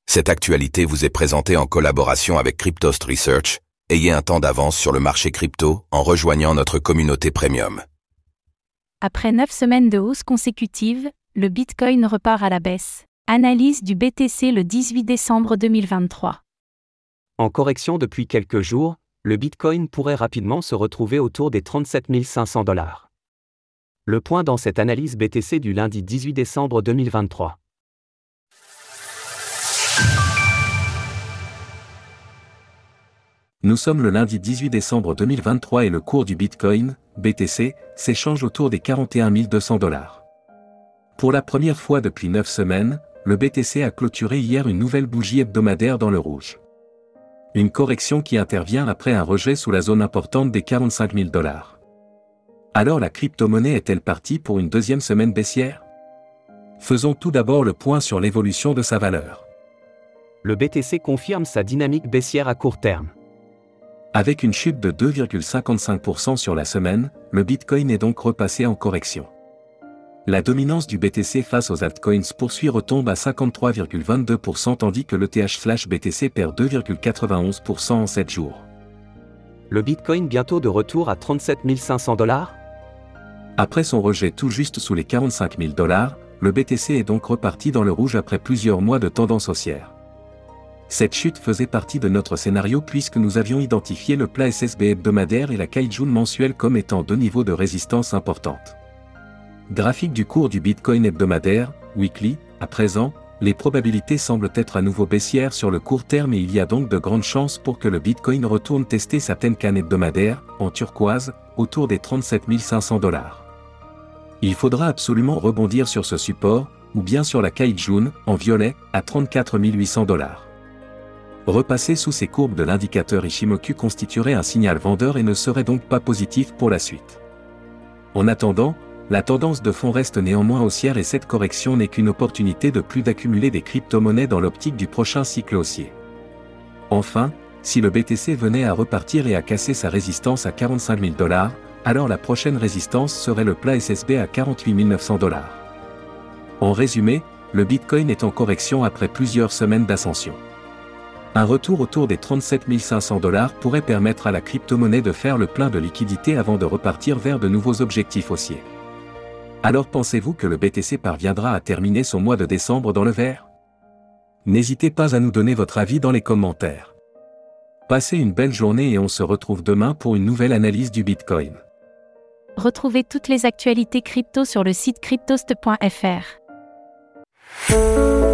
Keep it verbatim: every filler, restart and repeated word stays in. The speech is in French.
Cette actualité vous est présentée en collaboration avec Cryptost Research. Ayez un temps d'avance sur le marché crypto en rejoignant notre communauté premium. Après neuf semaines de hausse consécutive, le Bitcoin repart à la baisse. Analyse du B T C le dix-huit décembre deux mille vingt-trois. En correction depuis quelques jours, le Bitcoin pourrait rapidement se retrouver autour des trente-sept mille cinq cents dollars. Le point dans cette analyse B T C du lundi dix-huit décembre deux mille vingt-trois. Nous sommes le lundi dix-huit décembre deux mille vingt-trois et le cours du Bitcoin, B T C, s'échange autour des quarante et un mille deux cents dollars. Pour la première fois depuis neuf semaines, le B T C a clôturé hier une nouvelle bougie hebdomadaire dans le rouge. Une correction qui intervient après un rejet sous la zone importante des quarante-cinq mille dollars. Alors la crypto-monnaie est-elle partie pour une deuxième semaine baissière? Faisons tout d'abord le point sur l'évolution de sa valeur. Le B T C confirme sa dynamique baissière à court terme. Avec une chute de deux virgule cinquante-cinq pour cent sur la semaine, le Bitcoin est donc repassé en correction. La dominance du B T C face aux altcoins poursuit retombe à cinquante-trois virgule vingt-deux pour cent tandis que l'E T H B T C perd deux virgule quatre-vingt-onze pour cent en sept jours. Le Bitcoin bientôt de retour à trente-sept mille cinq cents dollars? Après son rejet tout juste sous les quarante-cinq mille dollars, le B T C est donc reparti dans le rouge après plusieurs mois de tendance haussière. Cette chute faisait partie de notre scénario puisque nous avions identifié le plat S S B hebdomadaire et la Kijun mensuelle comme étant deux niveaux de résistance importantes. Graphique du cours du Bitcoin hebdomadaire, weekly, à présent, les probabilités semblent être à nouveau baissières sur le court terme et il y a donc de grandes chances pour que le Bitcoin retourne tester sa Tenkan hebdomadaire, en turquoise, autour des trente-sept mille cinq cents dollars. Il faudra absolument rebondir sur ce support, ou bien sur la Kijun, en violet, à trente-quatre mille huit cents dollars. Repasser sous ces courbes de l'indicateur Ichimoku constituerait un signal vendeur et ne serait donc pas positif pour la suite. En attendant, la tendance de fond reste néanmoins haussière et cette correction n'est qu'une opportunité de plus d'accumuler des crypto-monnaies dans l'optique du prochain cycle haussier. Enfin, si le B T C venait à repartir et à casser sa résistance à quarante-cinq mille dollars, alors la prochaine résistance serait le plat S S B à quarante-huit mille neuf cents dollars. En résumé, le Bitcoin est en correction après plusieurs semaines d'ascension. Un retour autour des trente-sept mille cinq cents dollars pourrait permettre à la crypto-monnaie de faire le plein de liquidités avant de repartir vers de nouveaux objectifs haussiers. Alors pensez-vous que le B T C parviendra à terminer son mois de décembre dans le vert? N'hésitez pas à nous donner votre avis dans les commentaires. Passez une belle journée et on se retrouve demain pour une nouvelle analyse du Bitcoin. Retrouvez toutes les actualités crypto sur le site cryptost point f r.